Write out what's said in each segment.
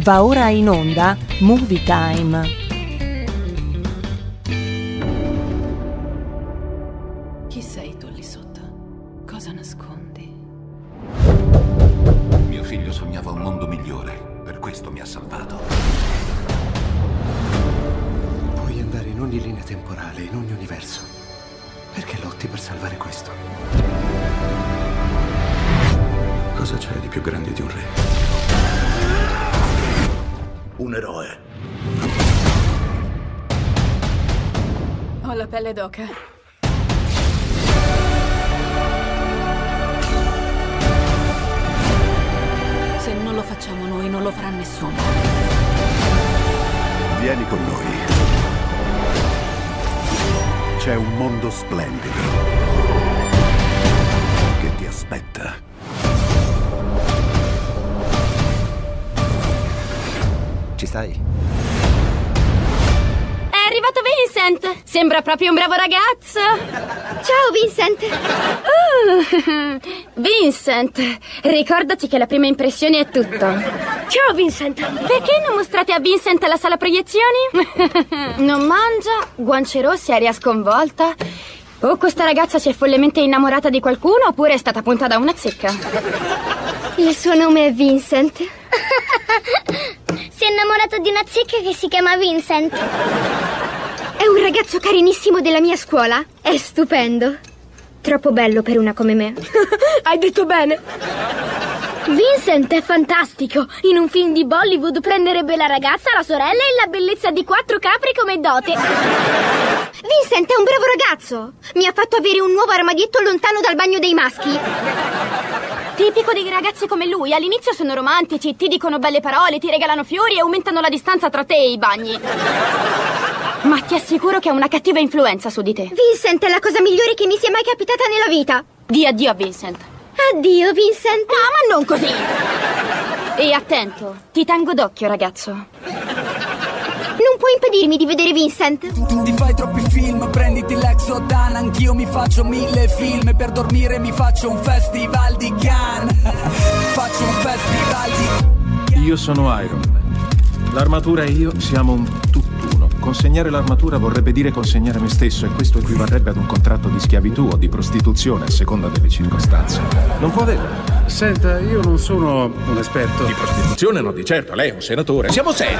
Va ora in onda Movie Time. Chi sei tu lì sotto? Cosa nascondi? Mio figlio sognava un mondo migliore, per questo mi ha salvato. Puoi andare in ogni linea temporale, in ogni universo. Perché lotti per salvare questo? Cosa c'è di più grande di un re? Un eroe. Ho la pelle d'oca. Se non lo facciamo noi, non lo farà nessuno. Vieni con noi. C'è un mondo splendido che ti aspetta. Ci stai? È arrivato Vincent! Sembra proprio un bravo ragazzo! Ciao Vincent! Vincent, ricordati che la prima impressione è tutto. Ciao Vincent! Perché non mostrate a Vincent la sala proiezioni? Non mangia, guance rosse, aria sconvolta. O questa ragazza si è follemente innamorata di qualcuno oppure è stata punta da una zecca. Il suo nome è Vincent. Si è innamorato di una zecca che si chiama Vincent. È un ragazzo carinissimo della mia scuola. È stupendo. Troppo bello per una come me. Hai detto bene! Vincent è fantastico. In un film di Bollywood prenderebbe la ragazza, la sorella e la bellezza di 4 capri come dote. Vincent è un bravo ragazzo. Mi ha fatto avere un nuovo armadietto lontano dal bagno dei maschi. Tipico dei ragazzi come lui. All'inizio sono romantici, ti dicono belle parole, ti regalano fiori e aumentano la distanza tra te e i bagni. Ma ti assicuro che ha una cattiva influenza su di te. Vincent è la cosa migliore che mi sia mai capitata nella vita. Di addio a Vincent. Addio, Vincent. Ma non così. E attento, ti tengo d'occhio, ragazzo. Non puoi impedirmi di vedere Vincent. Tu ti fai troppi film, prenditi l'Exodan. Anch'io mi faccio 1000 film. Per dormire mi faccio un festival di Cannes. Faccio un festival di... Io sono Iron Man. L'armatura e io siamo un tutt'uno. Consegnare l'armatura vorrebbe dire consegnare me stesso, e questo equivarrebbe ad un contratto di schiavitù o di prostituzione a seconda delle circostanze. Non può averlo. Senta, io non sono un esperto. Di prostituzione no, di certo, lei è un senatore. Siamo seri.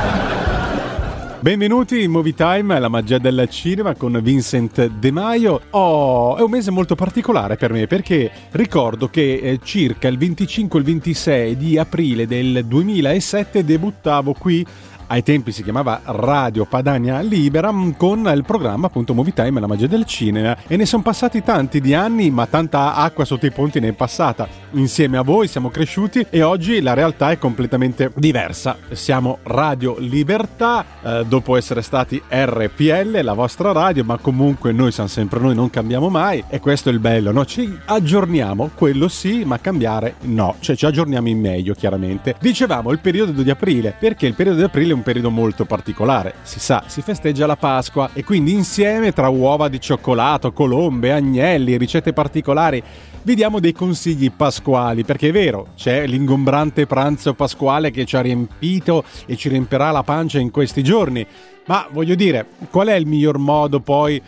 Benvenuti in Movie Time, la magia del cinema con Vincent De Maio. È un mese molto particolare per me perché ricordo che circa il 25 e il 26 di aprile del 2007 debuttavo qui. Ai tempi si chiamava Radio Padania Libera, con il programma appunto Movie Time, la magia del cinema, e ne sono passati tanti di anni, ma tanta acqua sotto i ponti ne è passata. Insieme a voi siamo cresciuti e oggi la realtà è completamente diversa. Siamo Radio Libertà, dopo essere stati RPL, la vostra radio, ma comunque noi siamo sempre noi, non cambiamo mai, e questo è il bello, no? Ci aggiorniamo, quello sì, ma cambiare no, cioè ci aggiorniamo in meglio, chiaramente. Dicevamo il periodo di aprile, perché il periodo di aprile è un periodo molto particolare. Si sa, si festeggia la Pasqua e quindi insieme tra uova di cioccolato, colombe, agnelli, ricette particolari vi diamo dei consigli pasquali, perché è vero, c'è l'ingombrante pranzo pasquale che ci ha riempito e ci riempirà la pancia in questi giorni. Ma voglio dire, qual è il miglior modo poi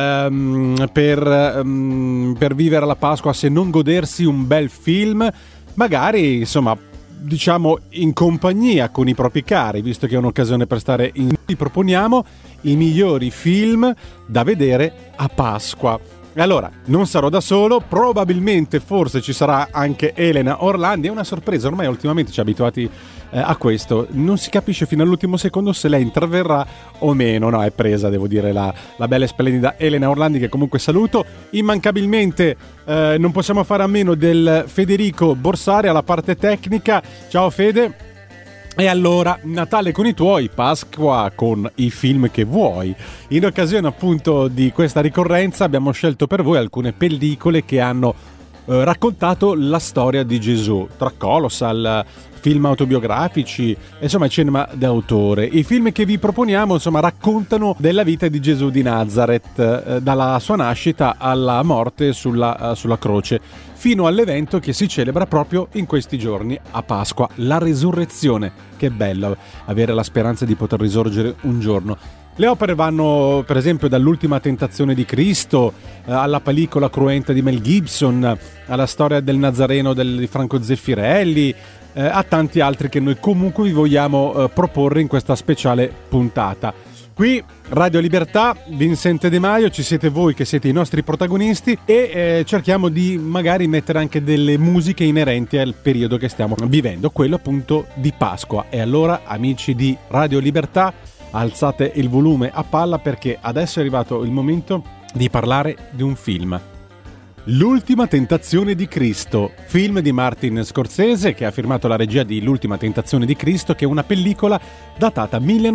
per vivere la Pasqua se non godersi un bel film? Magari, insomma, diciamo in compagnia con i propri cari, visto che è un'occasione per stare in... Ti proponiamo i migliori film da vedere a Pasqua. Allora, non sarò da solo, probabilmente forse ci sarà anche Elena Orlandi, è una sorpresa, ormai ultimamente ci abituati a questo, non si capisce fino all'ultimo secondo se lei interverrà o meno. No, è presa, devo dire, la bella e splendida Elena Orlandi, che comunque saluto. Immancabilmente non possiamo fare a meno del Federico Borsari alla parte tecnica. Ciao Fede. E allora, Natale con i tuoi, Pasqua con i film che vuoi. In occasione appunto di questa ricorrenza abbiamo scelto per voi alcune pellicole che hanno raccontato la storia di Gesù, tra Colossal, film autobiografici, insomma cinema d'autore. I film che vi proponiamo insomma raccontano della vita di Gesù di Nazareth, dalla sua nascita alla morte sulla croce, fino all'evento che si celebra proprio in questi giorni a Pasqua, la resurrezione. Che bello avere la speranza di poter risorgere un giorno. Le opere vanno per esempio dall'Ultima tentazione di Cristo alla pellicola cruenta di Mel Gibson, alla storia del Nazareno di Franco Zeffirelli, a tanti altri che noi comunque vi vogliamo proporre in questa speciale puntata. Qui Radio Libertà, Vincent De Maio, ci siete voi che siete i nostri protagonisti e cerchiamo di magari mettere anche delle musiche inerenti al periodo che stiamo vivendo, quello appunto di Pasqua. E allora, amici di Radio Libertà, alzate il volume a palla perché adesso è arrivato il momento di parlare di un film. L'Ultima tentazione di Cristo, film di Martin Scorsese che ha firmato la regia di L'Ultima tentazione di Cristo, che è una pellicola datata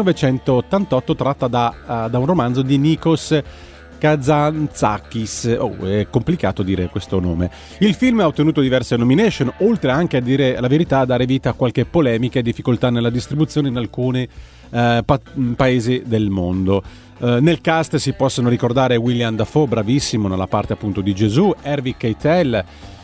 1988 tratta da un romanzo di Nikos Kazantzakis. È complicato dire questo nome. Il film ha ottenuto diverse nomination, oltre anche, a dire la verità, a dare vita a qualche polemica e difficoltà nella distribuzione in alcuni paesi del mondo. Nel cast si possono ricordare William Dafoe, bravissimo nella parte appunto di Gesù, Harvey Keitel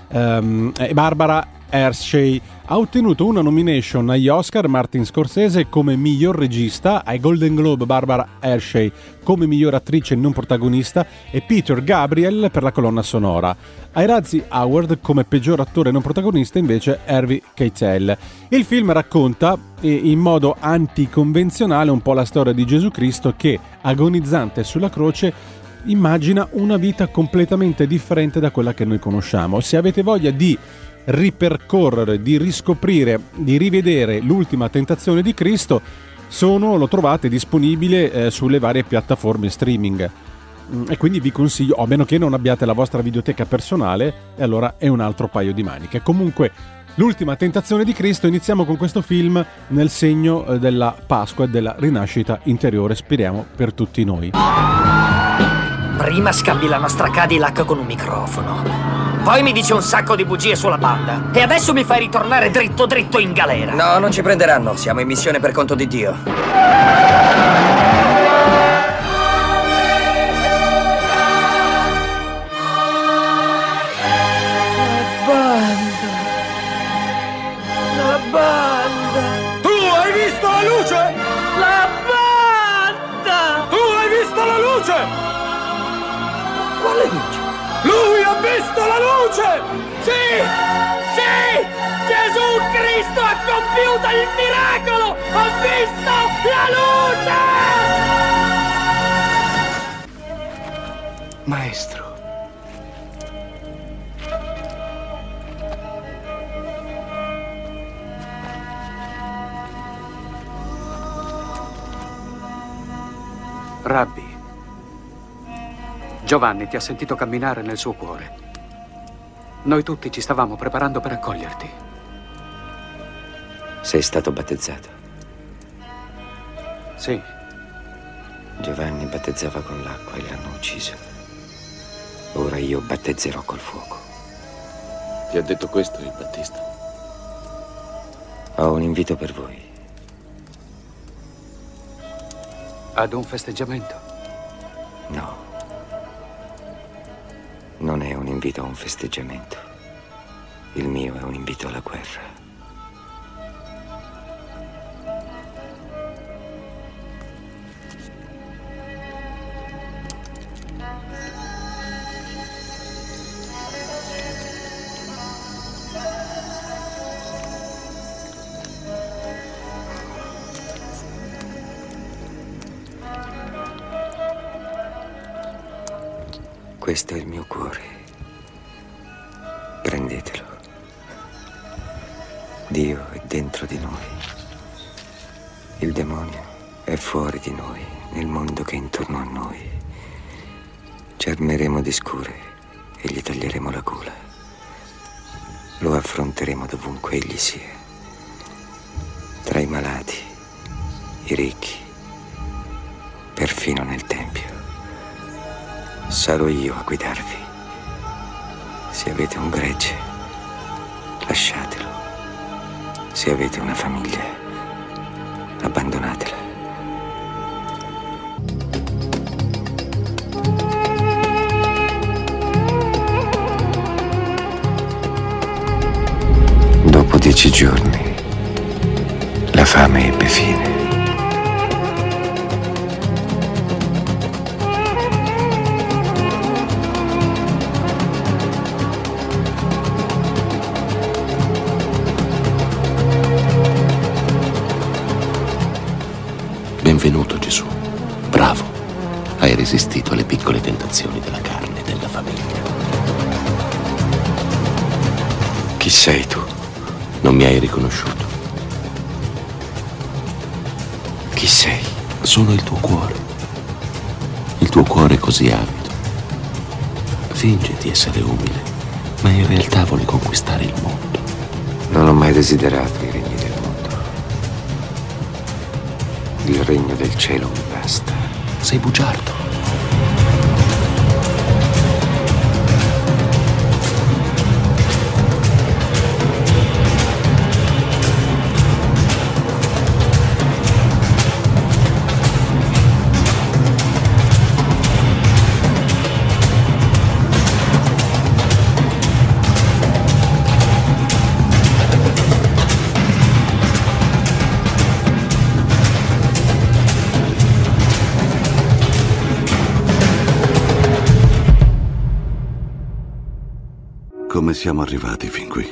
e Barbara Hershey. Ha ottenuto una nomination agli Oscar Martin Scorsese come miglior regista, ai Golden Globe Barbara Hershey come miglior attrice non protagonista e Peter Gabriel per la colonna sonora. Ai Razzie Award come peggior attore non protagonista invece Harvey Keitel. Il film racconta in modo anticonvenzionale un po' la storia di Gesù Cristo che, agonizzante sulla croce, immagina una vita completamente differente da quella che noi conosciamo. Se avete voglia di ripercorrere, di riscoprire, di rivedere l'Ultima tentazione di Cristo, lo trovate disponibile sulle varie piattaforme streaming. E quindi vi consiglio, a meno che non abbiate la vostra videoteca personale, e allora è un altro paio di maniche. Comunque, l'Ultima tentazione di Cristo, iniziamo con questo film nel segno della Pasqua e della rinascita interiore, speriamo per tutti noi. Prima scambi la nostra Cadillac con un microfono, poi mi dici un sacco di bugie sulla banda e adesso mi fai ritornare dritto dritto in galera. No, non ci prenderanno, siamo in missione per conto di Dio. La banda! Tu hai visto la luce? La banda! Tu hai visto la luce? Quale luce? Lui ha visto la luce! Sì! Sì! Gesù Cristo ha compiuto il miracolo! Ha visto la luce! Maestro. Rabbi, Giovanni ti ha sentito camminare nel suo cuore. Noi tutti ci stavamo preparando per accoglierti. Sei stato battezzato? Sì. Giovanni battezzava con l'acqua e l'hanno ucciso. Ora io battezzerò col fuoco. Ti ha detto questo il Battista? Ho un invito per voi. Ad un festeggiamento? No. Non è un invito a un festeggiamento. Il mio è un invito alla guerra. Questo è il mio cuore. Prendetelo. Dio è dentro di noi. Il demonio è fuori di noi, nel mondo che è intorno a noi. Ci armeremo di scure e gli taglieremo la gola. Lo affronteremo dovunque egli sia. Tra i malati, i ricchi, perfino nel tempio. Sarò io a guidarvi. Se avete un gregge, lasciatelo. Se avete una famiglia, abbandonatela. Dopo 10 giorni, la fame ebbe fine. Benvenuto, Gesù. Bravo. Hai resistito alle piccole tentazioni della carne e della famiglia. Chi sei tu? Non mi hai riconosciuto. Chi sei? Sono il tuo cuore. Il tuo cuore così avido. Finge di essere umile, ma in realtà vuole conquistare il mondo. Non ho mai desiderato i regni del mondo. Il regno del cielo mi basta. Sei bugiardo. Come siamo arrivati fin qui?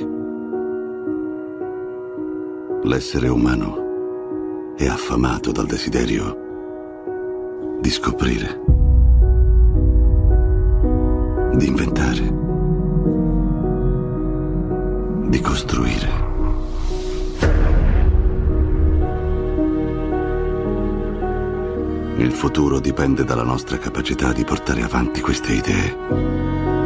L'essere umano è affamato dal desiderio di scoprire, di inventare, di costruire. Il futuro dipende dalla nostra capacità di portare avanti queste idee.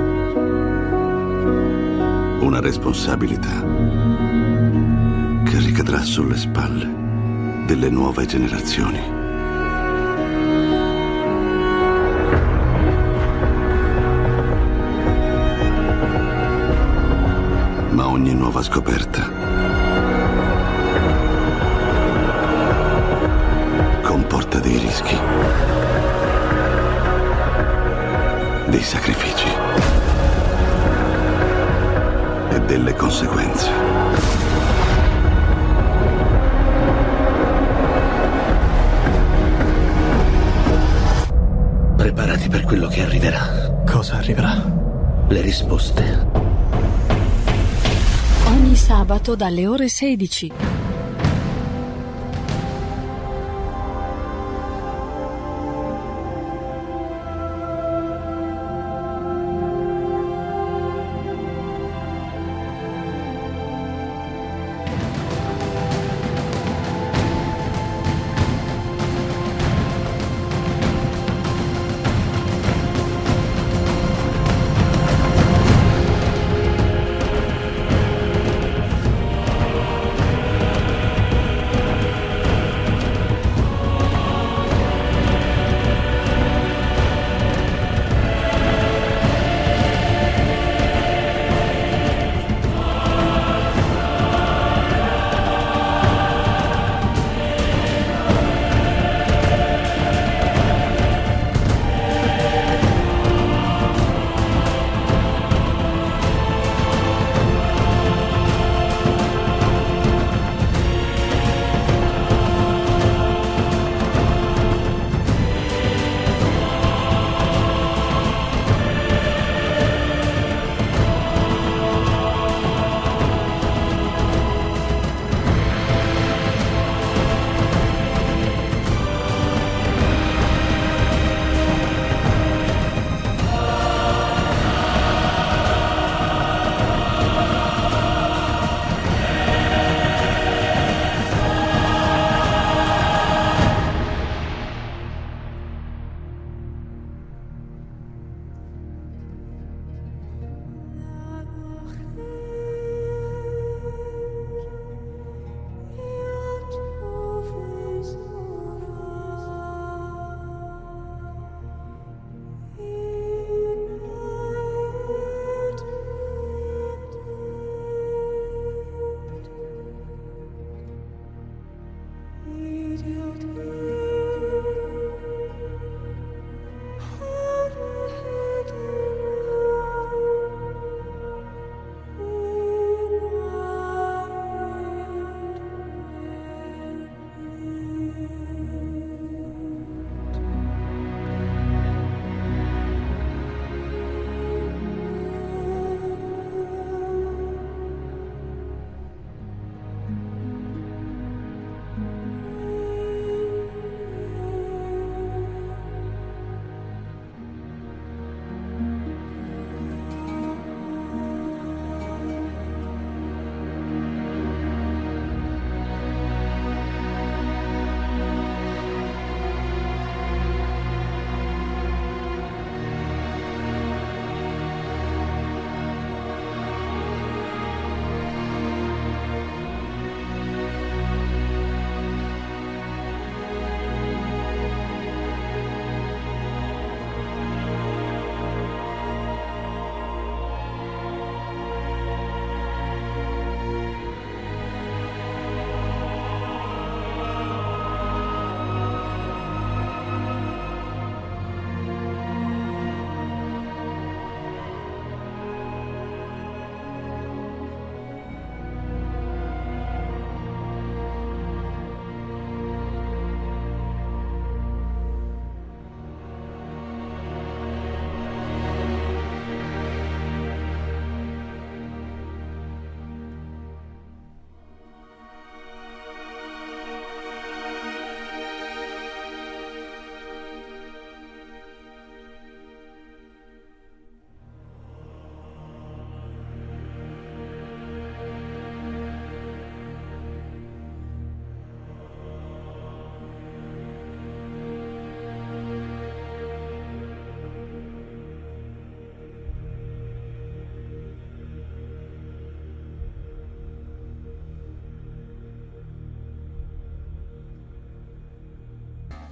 Una responsabilità che ricadrà sulle spalle delle nuove generazioni. Ma ogni nuova scoperta comporta dei rischi, dei sacrifici e delle conseguenze. Preparati per quello che arriverà. Cosa arriverà? Le risposte. Ogni sabato dalle ore 16.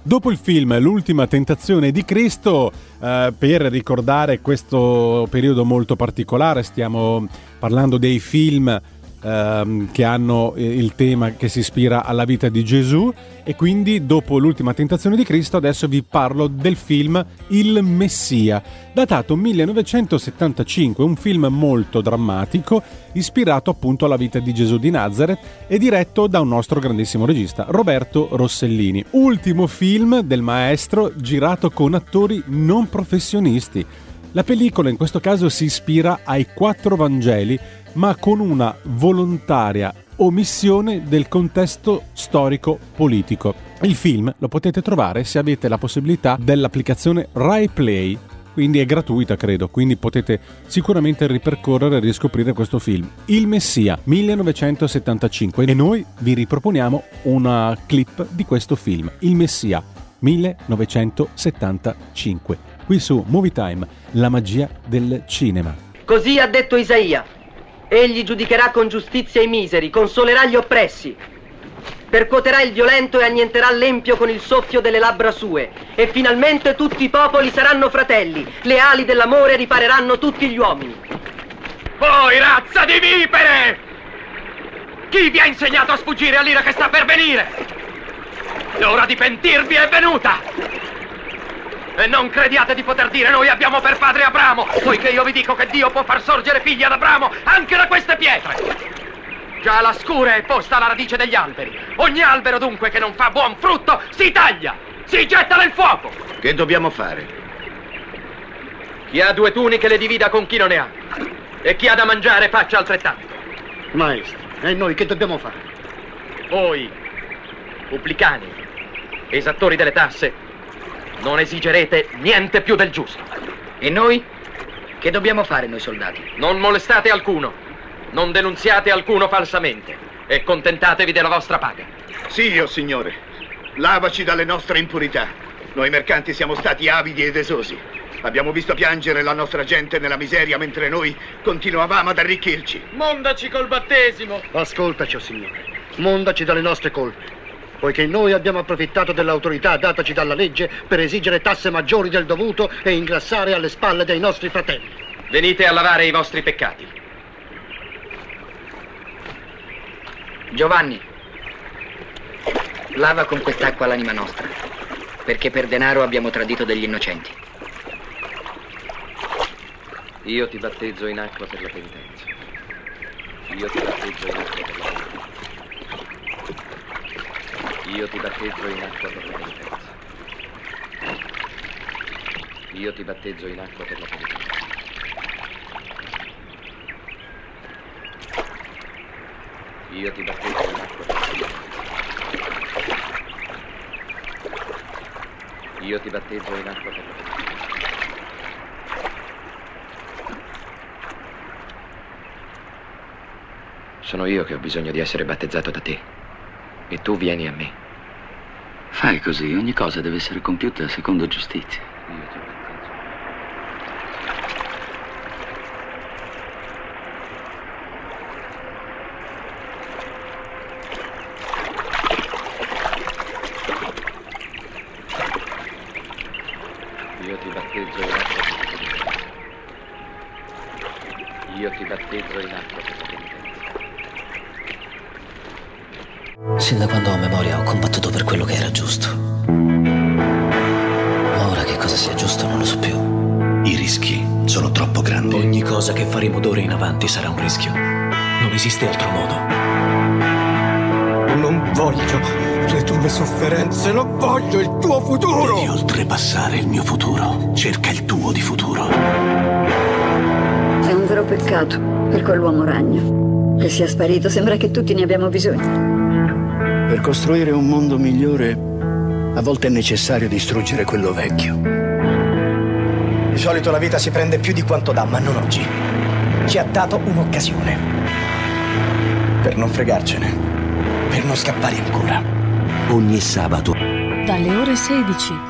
Dopo il film L'ultima tentazione di Cristo, per ricordare questo periodo molto particolare, stiamo parlando dei film che hanno il tema che si ispira alla vita di Gesù, e quindi dopo L'ultima tentazione di Cristo adesso vi parlo del film Il Messia, datato 1975, un film molto drammatico ispirato appunto alla vita di Gesù di Nazareth e diretto da un nostro grandissimo regista, Roberto Rossellini. Ultimo film del maestro girato con attori non professionisti. La pellicola in questo caso si ispira ai 4 Vangeli, ma con una volontaria omissione del contesto storico-politico. Il film lo potete trovare se avete la possibilità dell'applicazione Rai Play, quindi è gratuita credo, quindi potete sicuramente ripercorrere e riscoprire questo film. Il Messia, 1975, e noi vi riproponiamo una clip di questo film, Il Messia, 1975, qui su Movie Time, la magia del cinema. Così ha detto Isaia. Egli giudicherà con giustizia i miseri, consolerà gli oppressi, percuoterà il violento e annienterà l'empio con il soffio delle labbra sue, e finalmente tutti i popoli saranno fratelli, le ali dell'amore ripareranno tutti gli uomini. Voi, razza di vipere! Chi vi ha insegnato a sfuggire all'ira che sta per venire? L'ora di pentirvi è venuta! E non crediate di poter dire noi abbiamo per padre Abramo, poiché io vi dico che Dio può far sorgere figli ad Abramo anche da queste pietre. Già la scura è posta alla radice degli alberi. Ogni albero dunque che non fa buon frutto si taglia, si getta nel fuoco. Che dobbiamo fare? Chi ha 2 tuniche le divida con chi non ne ha, e chi ha da mangiare faccia altrettanto. Maestro, e noi che dobbiamo fare? Voi, pubblicani, esattori delle tasse, non esigerete niente più del giusto. E noi? Che dobbiamo fare noi soldati? Non molestate alcuno, non denunziate alcuno falsamente e contentatevi della vostra paga. Sì, o signore. Lavaci dalle nostre impurità. Noi mercanti siamo stati avidi ed esosi. Abbiamo visto piangere la nostra gente nella miseria mentre noi continuavamo ad arricchirci. Mondaci col battesimo. Ascoltaci, o signore. Mondaci dalle nostre colpe. Poiché noi abbiamo approfittato dell'autorità dataci dalla legge per esigere tasse maggiori del dovuto e ingrassare alle spalle dei nostri fratelli. Venite a lavare i vostri peccati. Giovanni, lava con quest'acqua l'anima nostra, perché per denaro abbiamo tradito degli innocenti. Io ti battezzo in acqua per la penitenza. Io ti battezzo in acqua per la penitenza. Io ti battezzo in acqua per la penitenza. Io ti battezzo in acqua per la penitenza. Io ti battezzo in acqua per la penitenza. Io ti battezzo in acqua per la penitenza. Sono io che ho bisogno di essere battezzato da te. E tu vieni a me. Fai così, ogni cosa deve essere compiuta secondo giustizia. Io ti battezzo in acqua per la penitenza. Io ti battezzo in acqua per la penitenza. Sin da quando ho memoria ho combattuto per quello che era giusto. Ma ora che cosa sia giusto non lo so più. I rischi sono troppo grandi. Ogni cosa che faremo d'ora in avanti sarà un rischio. Non esiste altro modo. Non voglio le tue sofferenze, non voglio il tuo futuro. Devi oltrepassare il mio futuro. Cerca il tuo di futuro. È un vero peccato per quell'uomo ragno. Che sia sparito, sembra che tutti ne abbiamo bisogno. Per costruire un mondo migliore, a volte è necessario distruggere quello vecchio. Di solito la vita si prende più di quanto dà, ma non oggi. Ci ha dato un'occasione. Per non fregarcene. Per non scappare ancora. Ogni sabato. Dalle ore 16.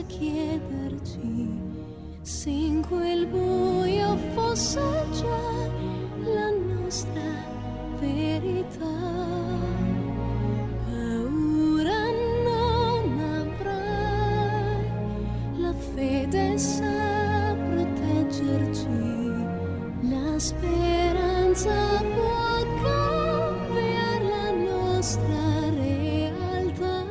chiederci se in quel buio fosse già la nostra verità. Paura non avrai, la fede sa proteggerci, la speranza può cambiare la nostra realtà.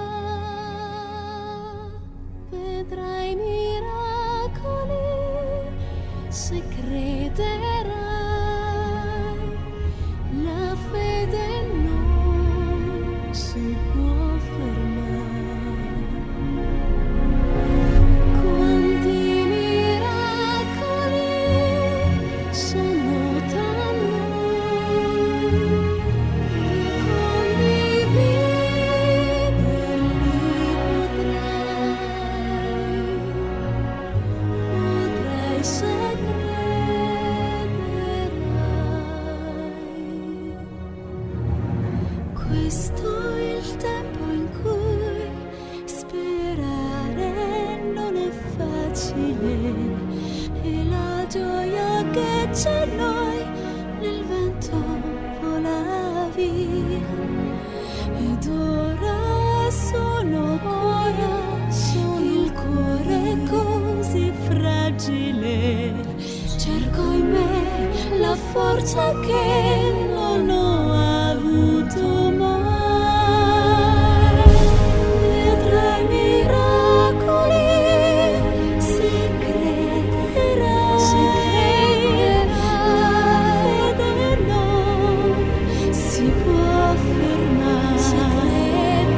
Vedrai miracoli se crederai, la fede non si può fermare. Quanti miracoli sono tra noi e condividerli potrai se questo è il tempo in cui sperare non è facile e la gioia che c'è in noi nel vento vola via. Ed ora sono il cuore così fragile, cerco in me la forza che non ho avuto mai. Vedrai miracoli se crederai, la fede non si può fermare.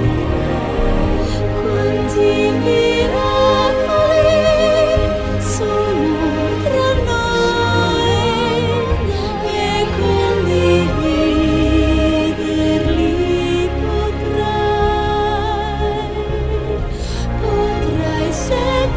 Quanti miracoli sono tra noi e condividerli potrai se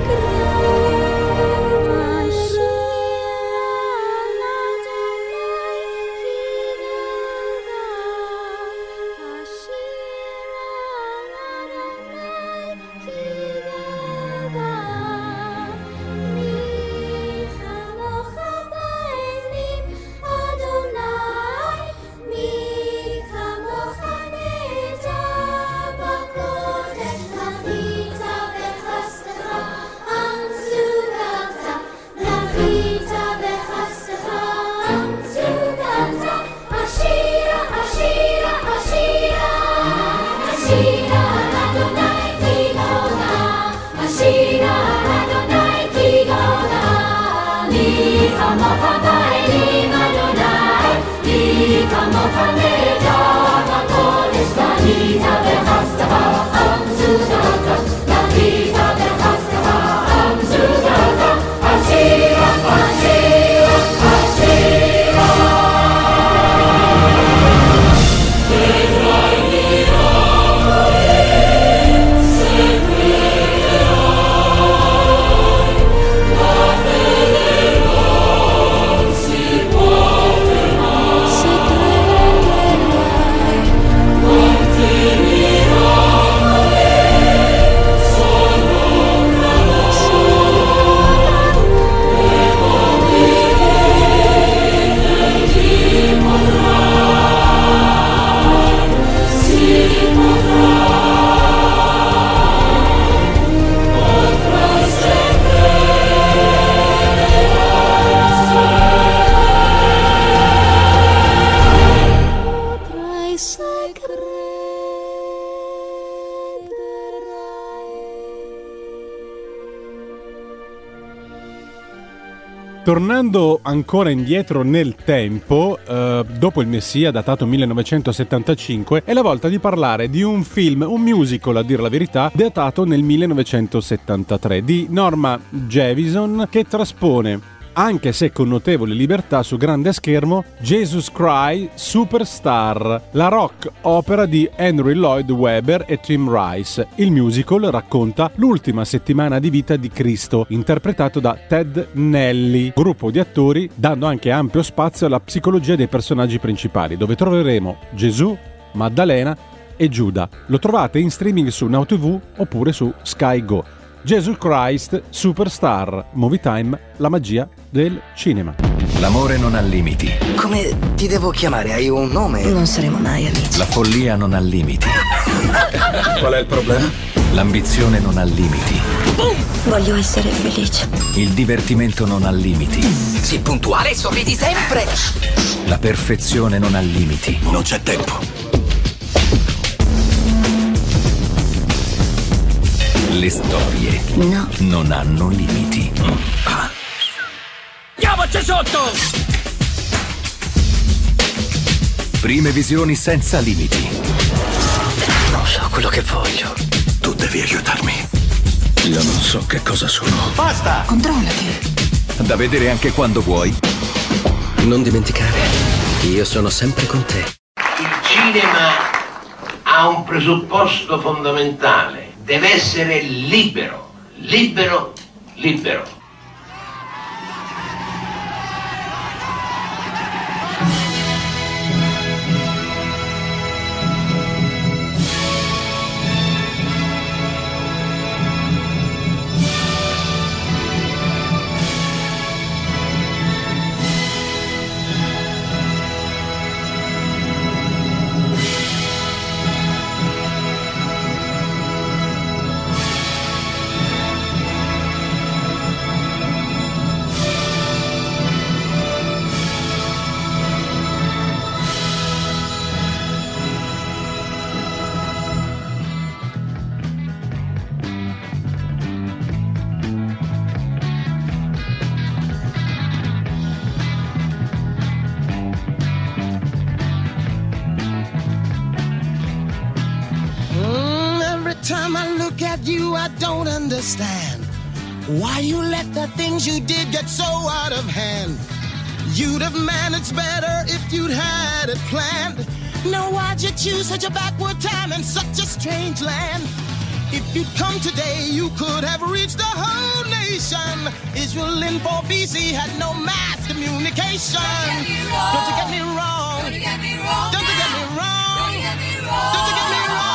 Tornando ancora indietro nel tempo, dopo il Messia datato 1975, è la volta di parlare di un film, un musical a dire la verità, datato nel 1973 di Norma Jevison, che traspone, anche se con notevole libertà su grande schermo, Jesus Christ Superstar, la rock opera di Henry Lloyd Webber e Tim Rice. Il musical racconta l'ultima settimana di vita di Cristo, interpretato da Ted Nelly, gruppo di attori, dando anche ampio spazio alla psicologia dei personaggi principali, dove troveremo Gesù, Maddalena e Giuda. Lo trovate in streaming su Now TV oppure su Sky Go. Jesus Christ Superstar, Movie Time, la magia del cinema. L'amore non ha limiti. Come ti devo chiamare? Hai un nome? Non saremo mai amici. La follia non ha limiti. Qual è il problema? L'ambizione non ha limiti. Voglio essere felice. Il divertimento non ha limiti. Sii puntuale e sorridi sempre. La perfezione non ha limiti. Non c'è tempo. Le storie non hanno limiti. Andiamoci sotto! Prime visioni senza limiti. Non so quello che voglio. Tu devi aiutarmi. Io non so che cosa sono. Basta! Controllati. Da vedere anche quando vuoi. Non dimenticare, io sono sempre con te. Il cinema ha un presupposto fondamentale. Deve essere libero, libero, libero. Time I look at you, I don't understand why you let the things you did get so out of hand. You'd have managed better if you'd had it planned. Now why'd you choose such a backward time in such a strange land? If you'd come today, you could have reached the whole nation. Israel in 4 BC had no mass communication. Don't you get me wrong? Don't you get me wrong? Don't you get me wrong? Don't you get me wrong? Don't you get me wrong?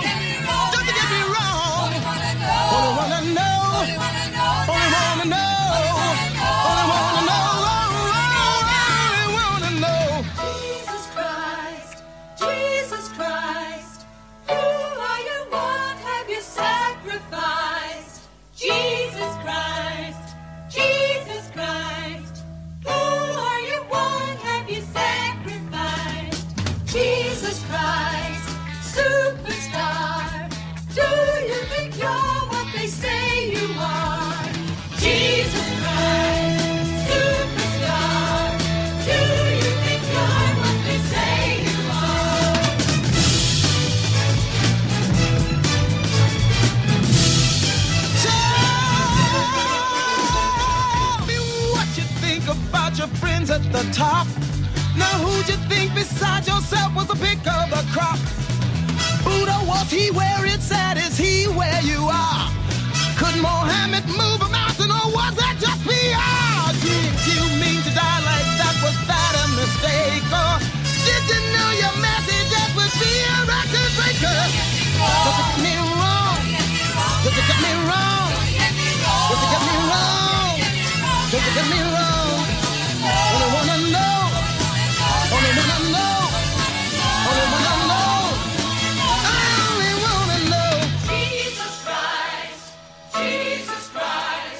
Only wanna know, only wanna know, only wanna know, only wanna know. Jesus Christ, Jesus Christ, who are you? What have you sacrificed? Jesus Christ, Jesus Christ, who are you? What have you sacrificed? Jesus Christ, superstar, do you think you're what they say you are? Jesus Christ, superstar, do you think you're what they say you are? Tell me what you think about your friends at the top. Now who'd you think besides yourself was the pick of the crop? Buddha, was he where it's at? Is he where you are? Could Mohammed move a mountain, or was that just PR? Did you mean to die like that? Was that a mistake? Or did you know your message that would be a record breaker? Does it get me wrong? Does it get me wrong? Does it get me wrong? Does it get me wrong? Only wanna know. Only wanna know. Only wanna know. Jesus Christ,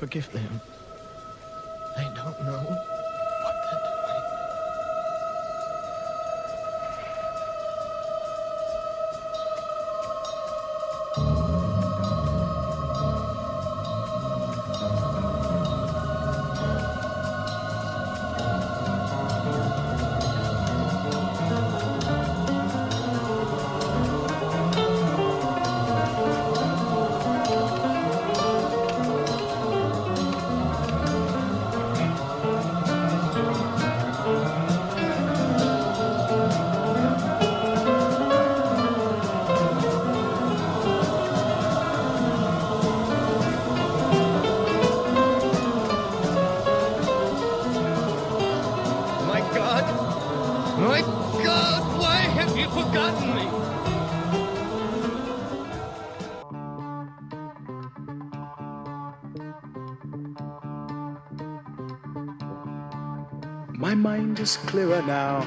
forgive them. They don't know what they're doing. My God, why have you forgotten me? My mind is clearer now.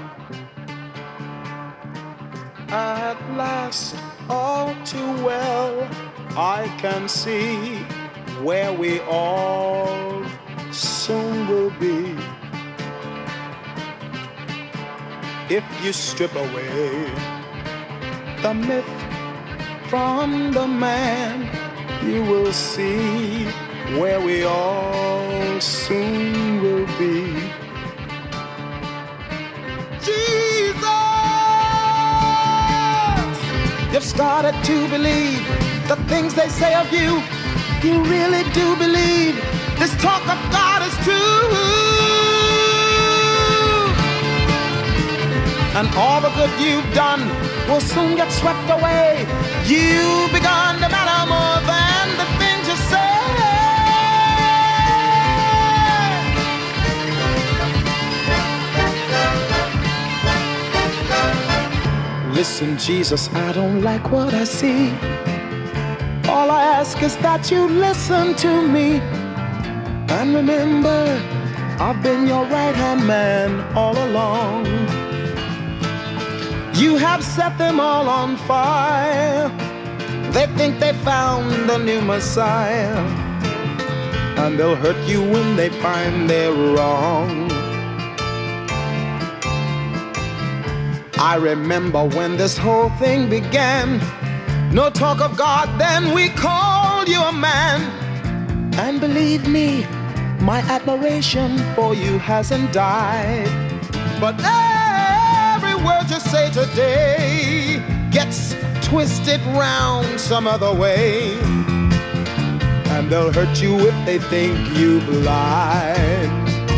At last, all too well, I can see where we all soon will be. If you strip away the myth from the man, you will see where we all soon will be. Jesus! You've started to believe the things they say of you. You really do believe this talk of God is true. And all the good you've done will soon get swept away. You've begun to matter more than the things you say. Listen, Jesus, I don't like what I see. All I ask is that you listen to me. And remember, I've been your right-hand man all along. You have set them all on fire. They think they found a new Messiah, and they'll hurt you when they find they're wrong. I remember when this whole thing began. No talk of God, then we called you a man. And believe me, my admiration for you hasn't died. But every word you say today gets twisted round some other way. And they'll hurt you if they think you lied.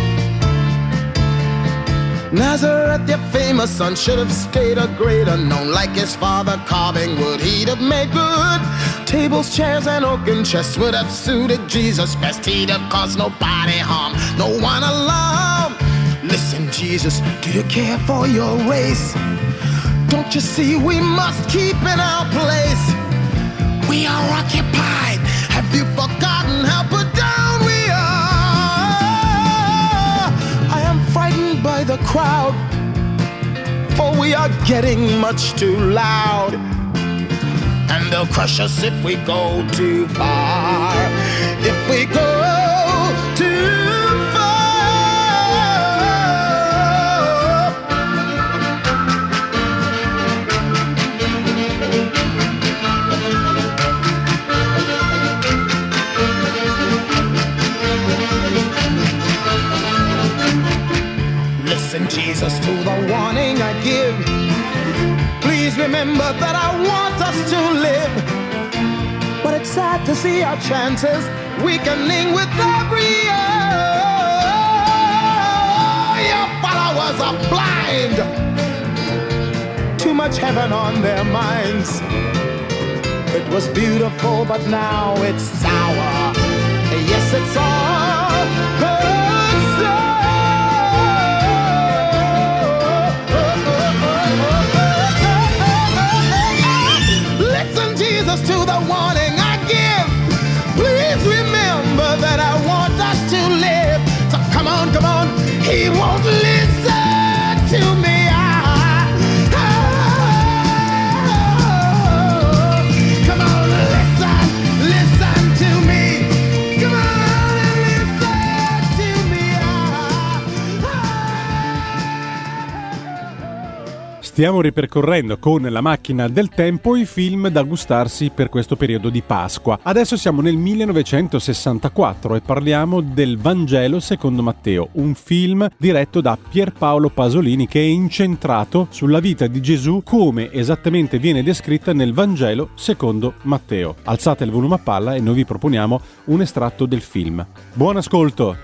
Nazareth, your famous son, should have stayed a greater known. Like his father carving wood, he'd have made good. Tables, chairs, and oaken chests would have suited Jesus best. He'd have caused nobody harm, no one alarm. Listen, Jesus, do you care for your race? Don't you see we must keep in our place? We are occupied. Have you forgotten how put down we are? I am frightened by the crowd, for we are getting much too loud. And they'll crush us if we go too far. If we go too Listen, Jesus, to the warning I give. Please remember that I want us to live. But it's sad to see our chances weakening with every year. Your followers are blind. Too much heaven on their minds. It was beautiful, but now it's sour. Yes, it's all good stuff. To the warning I give, please remember that I want us to live. So come on, he won't listen to me. Come on, listen to me. Come on and Stiamo ripercorrendo con la macchina del tempo i film da gustarsi per questo periodo di Pasqua. Adesso siamo nel 1964 e parliamo del Vangelo secondo Matteo, un film diretto da Pierpaolo Pasolini che è incentrato sulla vita di Gesù come esattamente viene descritta nel Vangelo secondo Matteo. Alzate il volume a palla e noi vi proponiamo un estratto del film. Buon ascolto!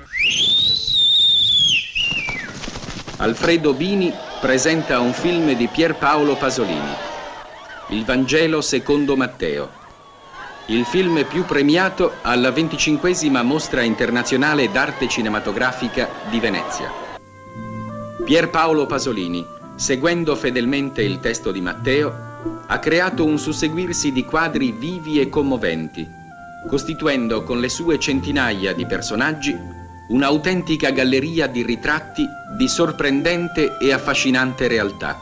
Alfredo Bini presenta un film di Pierpaolo Pasolini, Il Vangelo secondo Matteo, il film più premiato alla 25ª Mostra Internazionale d'Arte Cinematografica di Venezia. Pierpaolo Pasolini, seguendo fedelmente il testo di Matteo, ha creato un susseguirsi di quadri vivi e commoventi, costituendo con le sue centinaia di personaggi un'autentica galleria di ritratti di sorprendente e affascinante realtà.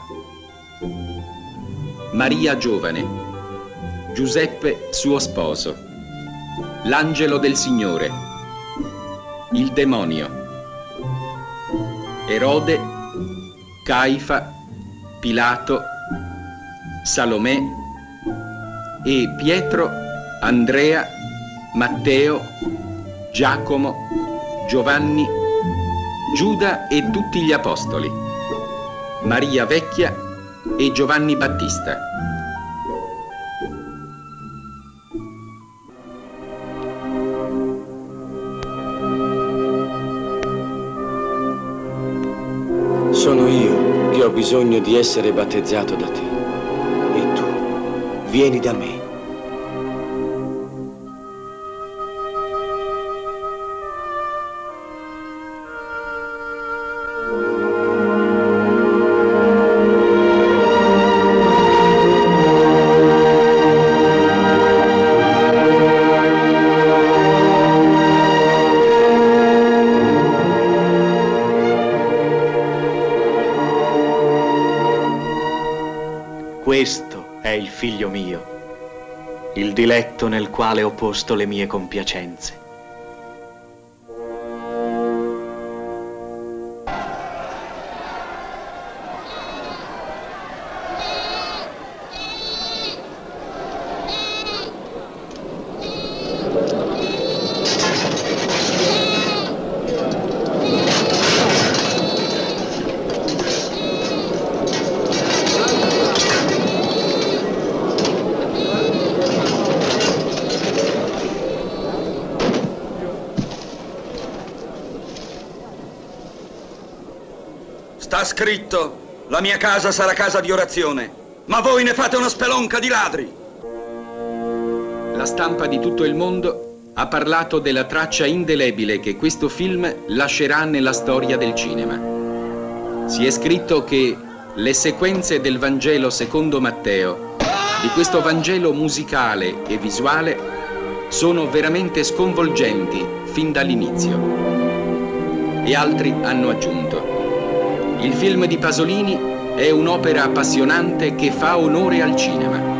Maria giovane, Giuseppe suo sposo, l'angelo del Signore, il demonio, Erode, Caifa, Pilato, Salomè e Pietro, Andrea, Matteo, Giacomo, Giovanni, Giuda e tutti gli apostoli, Maria Vecchia e Giovanni Battista. Sono io che ho bisogno di essere battezzato da te e tu vieni da me. Questo è il figlio mio, il diletto nel quale ho posto le mie compiacenze. Sta scritto, la mia casa sarà casa di orazione, ma voi ne fate una spelonca di ladri. La stampa di tutto il mondo ha parlato della traccia indelebile che questo film lascerà nella storia del cinema. Si è scritto che le sequenze del Vangelo secondo Matteo, di questo Vangelo musicale e visuale, sono veramente sconvolgenti fin dall'inizio. E altri hanno aggiunto: il film di Pasolini è un'opera appassionante che fa onore al cinema.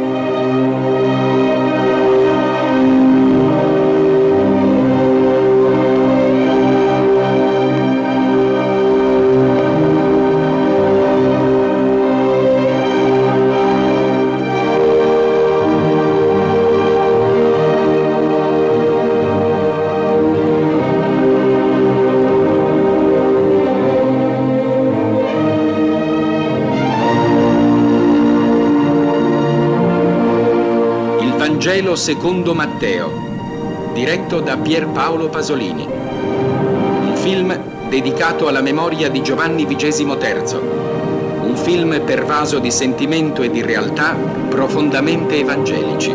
Vangelo secondo Matteo, diretto da Pierpaolo Pasolini. Un film dedicato alla memoria di Giovanni XXIII. Un film pervaso di sentimento e di realtà profondamente evangelici.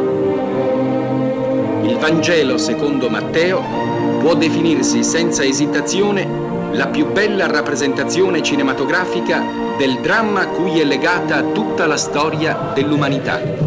Il Vangelo secondo Matteo può definirsi senza esitazione la più bella rappresentazione cinematografica del dramma a cui è legata tutta la storia dell'umanità.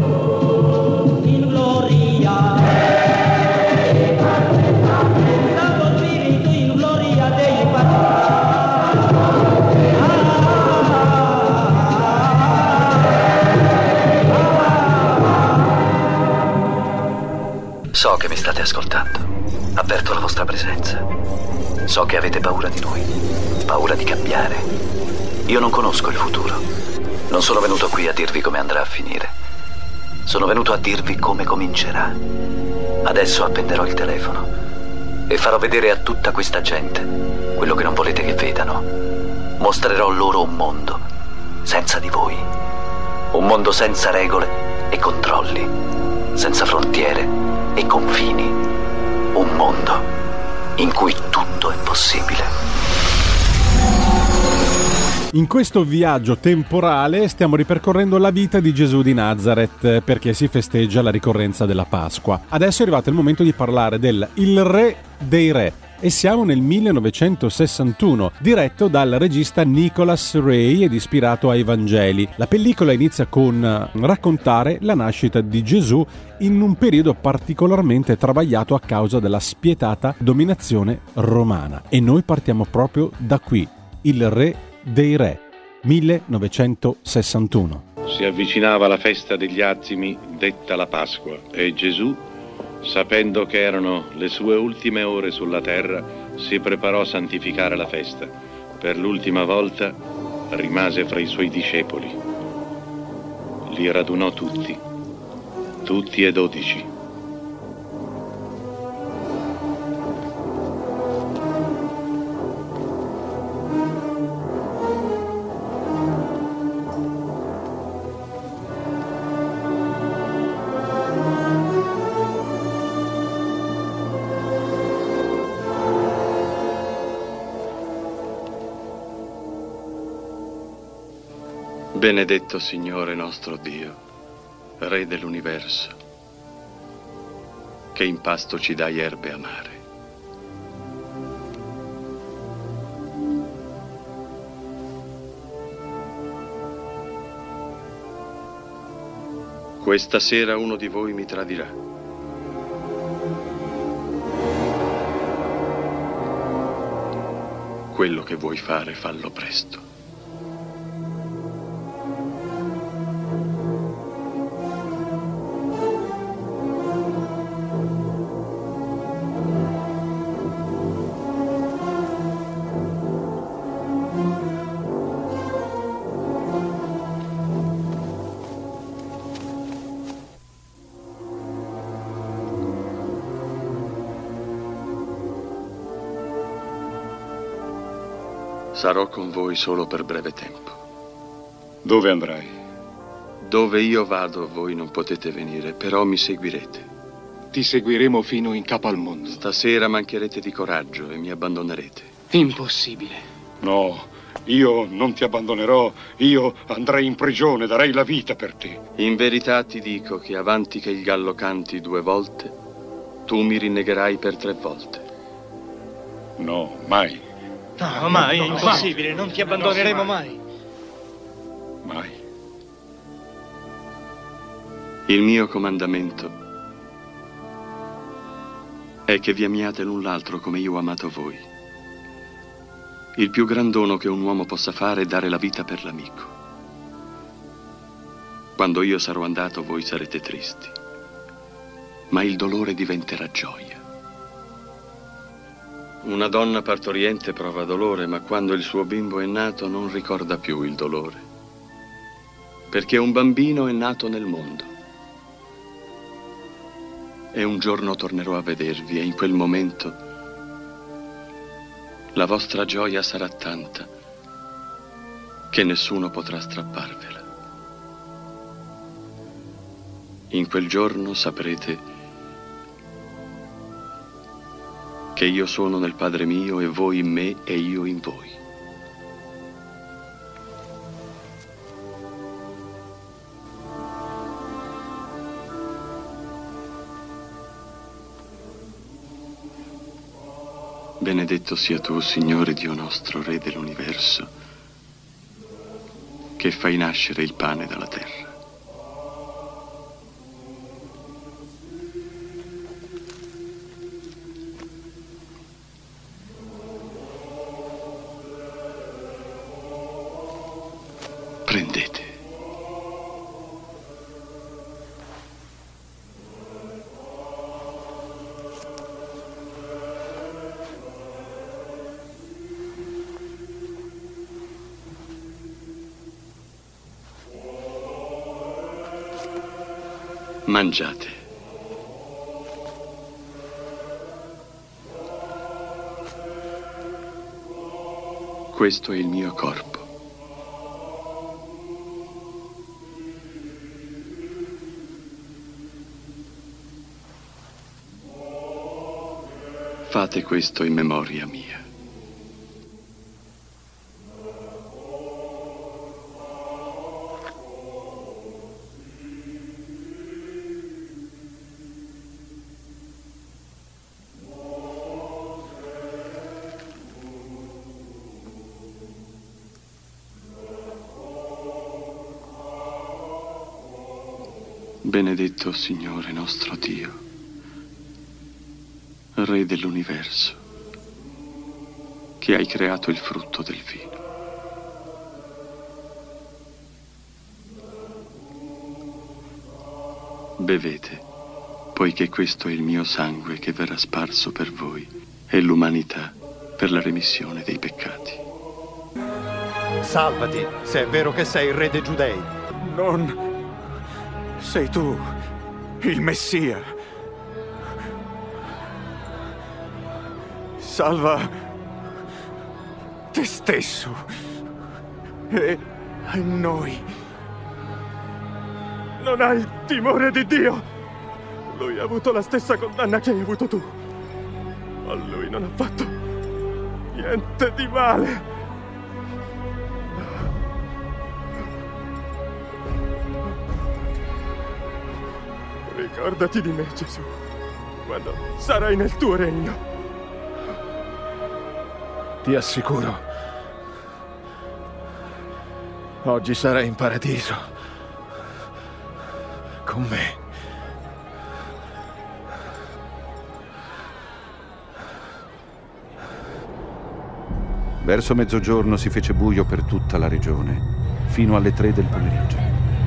So che mi state ascoltando. Avverto la vostra presenza. So che avete paura di noi, paura di cambiare. Io non conosco il futuro, Non sono venuto qui a dirvi come andrà a finire. Sono venuto a dirvi come comincerà. Adesso appenderò il telefono e farò vedere a tutta questa gente quello che non volete che vedano. Mostrerò loro un mondo senza di voi. Un mondo senza regole e controlli, senza frontiere e confini. Un mondo in cui tutto è possibile. In questo viaggio temporale stiamo ripercorrendo la vita di Gesù di Nazareth, perché si festeggia la ricorrenza della Pasqua. Adesso è arrivato il momento di parlare del Il Re dei Re e siamo nel 1961, diretto dal regista Nicholas Ray ed ispirato ai Vangeli. La pellicola inizia con raccontare la nascita di Gesù in un periodo particolarmente travagliato a causa della spietata dominazione romana. E noi partiamo proprio da qui, Il Re dei Re, 1961. Si avvicinava la festa degli azimi, detta la Pasqua, e Gesù, sapendo che erano le sue ultime ore sulla terra, si preparò a santificare la festa. Per l'ultima volta rimase fra i suoi discepoli. Li radunò tutti e 12. Benedetto Signore nostro Dio, Re dell'universo, che in pasto ci dai erbe amare. Questa sera uno di voi mi tradirà. Quello che vuoi fare, fallo presto. Sarò con voi solo per breve tempo. Dove andrai? Dove io vado voi non potete venire, però mi seguirete. Ti seguiremo fino in capo al mondo. Stasera mancherete di coraggio e mi abbandonerete. Impossibile. No, io non ti abbandonerò. Io andrei in prigione, darei la vita per te. In verità ti dico che avanti che il gallo canti 2 volte, tu mi rinnegherai per 3 volte. No, mai. No, mai, è impossibile, non ti abbandoneremo mai. Mai. Il mio comandamento è che vi amiate l'un l'altro come io ho amato voi. Il più gran dono che un uomo possa fare è dare la vita per l'amico. Quando io sarò andato voi sarete tristi, ma il dolore diventerà gioia. Una donna partoriente prova dolore, ma quando il suo bimbo è nato non ricorda più il dolore, perché un bambino è nato nel mondo. E un giorno tornerò a vedervi e in quel momento la vostra gioia sarà tanta che nessuno potrà strapparvela. In quel giorno saprete che io sono nel Padre mio e voi in me e io in voi. Benedetto sia tu, Signore Dio nostro, Re dell'universo, che fai nascere il pane dalla terra. Prendete. Mangiate. Questo è il mio corpo. Fate questo in memoria mia. Benedetto Signore nostro Dio, Re dell'universo, che hai creato il frutto del vino. Bevete, poiché questo è il mio sangue che verrà sparso per voi e l'umanità per la remissione dei peccati. Salvati, se è vero che sei il re dei Giudei. Non... sei tu, il Messia. Salva te stesso e noi. Non hai il timore di Dio. Lui ha avuto la stessa condanna che hai avuto tu. Ma lui non ha fatto niente di male. Ricordati di me, Gesù, quando sarai nel tuo regno. Ti assicuro, oggi sarai in paradiso con me. Verso mezzogiorno si fece buio per tutta la regione, fino alle 3 del pomeriggio.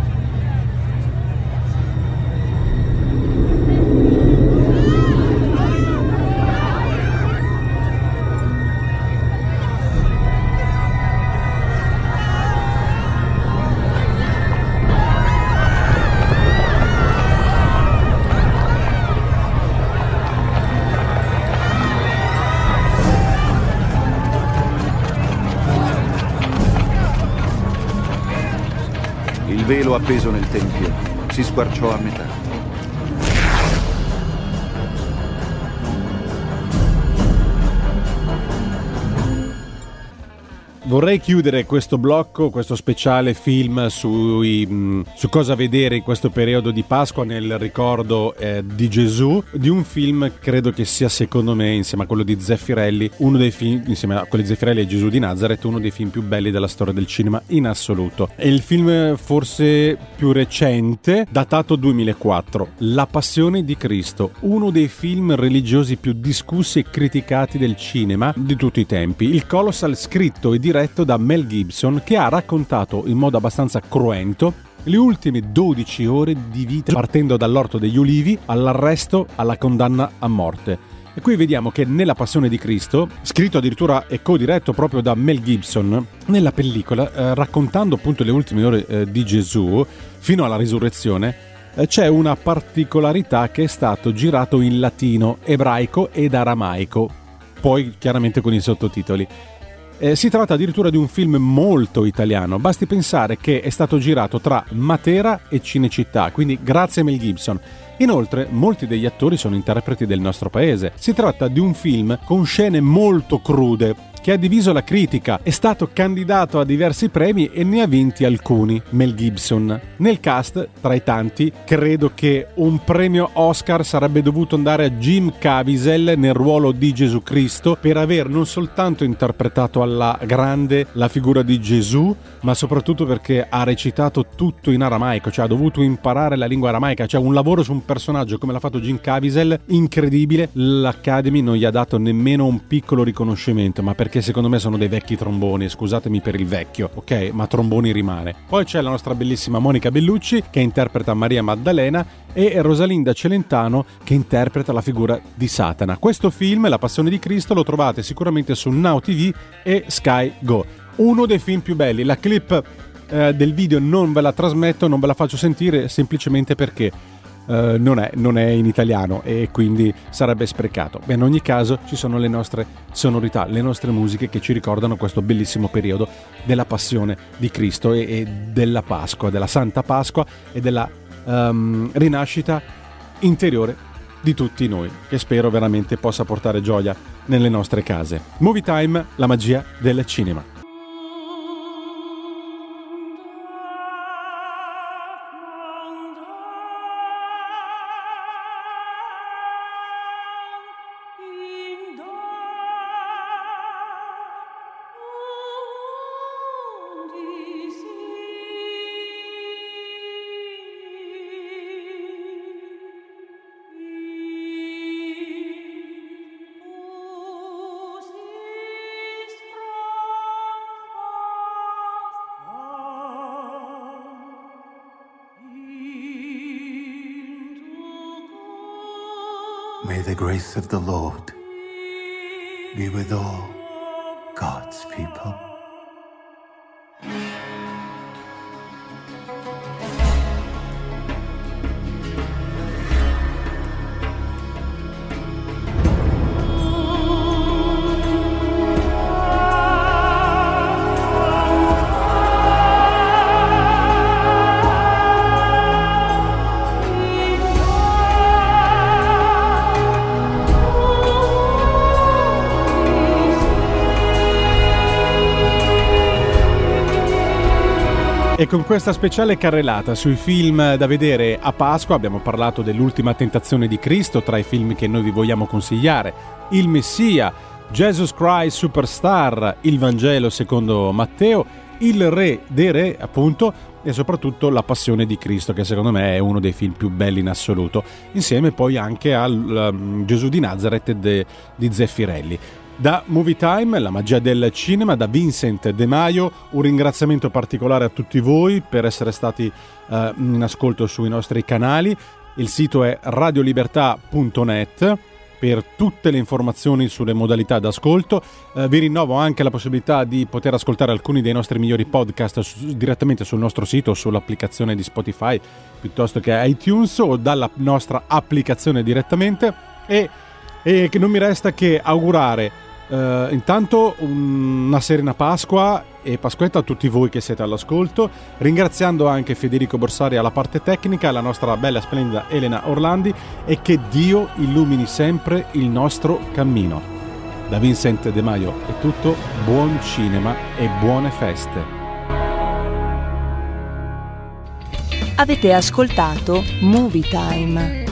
Il velo appeso nel tempio si squarciò a metà. Vorrei chiudere questo blocco, questo speciale film su cosa vedere in questo periodo di Pasqua nel ricordo di Gesù, di un film credo che sia, secondo me, insieme a quello di Zeffirelli, uno dei film, insieme a quello di Zeffirelli e Gesù di Nazareth, uno dei film più belli della storia del cinema in assoluto. È il film forse più recente, datato 2004, La Passione di Cristo, uno dei film religiosi più discussi e criticati del cinema di tutti i tempi. Il Colossal, scritto e diretto da Mel Gibson, che ha raccontato in modo abbastanza cruento le ultime 12 ore di vita, partendo dall'Orto degli Ulivi all'arresto, alla condanna a morte. E qui vediamo che nella Passione di Cristo, scritto addirittura e co-diretto proprio da Mel Gibson, nella pellicola, raccontando appunto le ultime ore di Gesù fino alla risurrezione, c'è una particolarità che è stato girato in latino, ebraico ed aramaico, poi chiaramente con i sottotitoli. Si tratta addirittura di un film molto italiano, basti pensare che è stato girato tra Matera e Cinecittà, quindi grazie a Mel Gibson. Inoltre, molti degli attori sono interpreti del nostro paese. Si tratta di un film con scene molto crude, che ha diviso la critica, è stato candidato a diversi premi e ne ha vinti alcuni, Mel Gibson. Nel cast, tra i tanti, credo che un premio Oscar sarebbe dovuto andare a Jim Caviezel nel ruolo di Gesù Cristo, per aver non soltanto interpretato alla grande la figura di Gesù, ma soprattutto perché ha recitato tutto in aramaico, cioè ha dovuto imparare la lingua aramaica, cioè un lavoro su un personaggio come l'ha fatto Jim Caviezel, incredibile. L'Academy non gli ha dato nemmeno un piccolo riconoscimento, ma perché secondo me sono dei vecchi tromboni, scusatemi per il vecchio, ok? Ma tromboni rimane. Poi c'è la nostra bellissima Monica Bellucci che interpreta Maria Maddalena e Rosalinda Celentano che interpreta la figura di Satana. Questo film, La Passione di Cristo, lo trovate sicuramente su Now TV e Sky Go. Uno dei film più belli. La clip del video non ve la trasmetto, non ve la faccio sentire semplicemente perché non è in italiano e quindi sarebbe sprecato. Beh, in ogni caso ci sono le nostre sonorità, le nostre musiche che ci ricordano questo bellissimo periodo della passione di Cristo e della Pasqua, della Santa Pasqua e della rinascita interiore di tutti noi, che spero veramente possa portare gioia nelle nostre case. Movie Time, la magia del cinema. May the grace of the Lord be with all God's people. E con questa speciale carrellata sui film da vedere a Pasqua abbiamo parlato dell'Ultima tentazione di Cristo, tra i film che noi vi vogliamo consigliare: Il Messia, Jesus Christ Superstar, Il Vangelo secondo Matteo, Il Re dei Re, appunto, e soprattutto La Passione di Cristo, che secondo me è uno dei film più belli in assoluto, insieme poi anche al Gesù di Nazareth di Zeffirelli. Da Movie Time, la magia del cinema, da Vincent De Maio, un ringraziamento particolare a tutti voi per essere stati in ascolto sui nostri canali. Il sito è radiolibertà.net per tutte le informazioni sulle modalità d'ascolto. Vi rinnovo anche la possibilità di poter ascoltare alcuni dei nostri migliori podcast direttamente sul nostro sito o sull'applicazione di Spotify piuttosto che iTunes, o dalla nostra applicazione direttamente, e che non mi resta che augurare intanto una serena Pasqua e Pasquetta a tutti voi che siete all'ascolto, ringraziando anche Federico Borsari alla parte tecnica, la nostra bella e splendida Elena Orlandi, e che Dio illumini sempre il nostro cammino. Da Vincent De Maio è tutto, buon cinema e buone feste. Avete ascoltato Movie Time.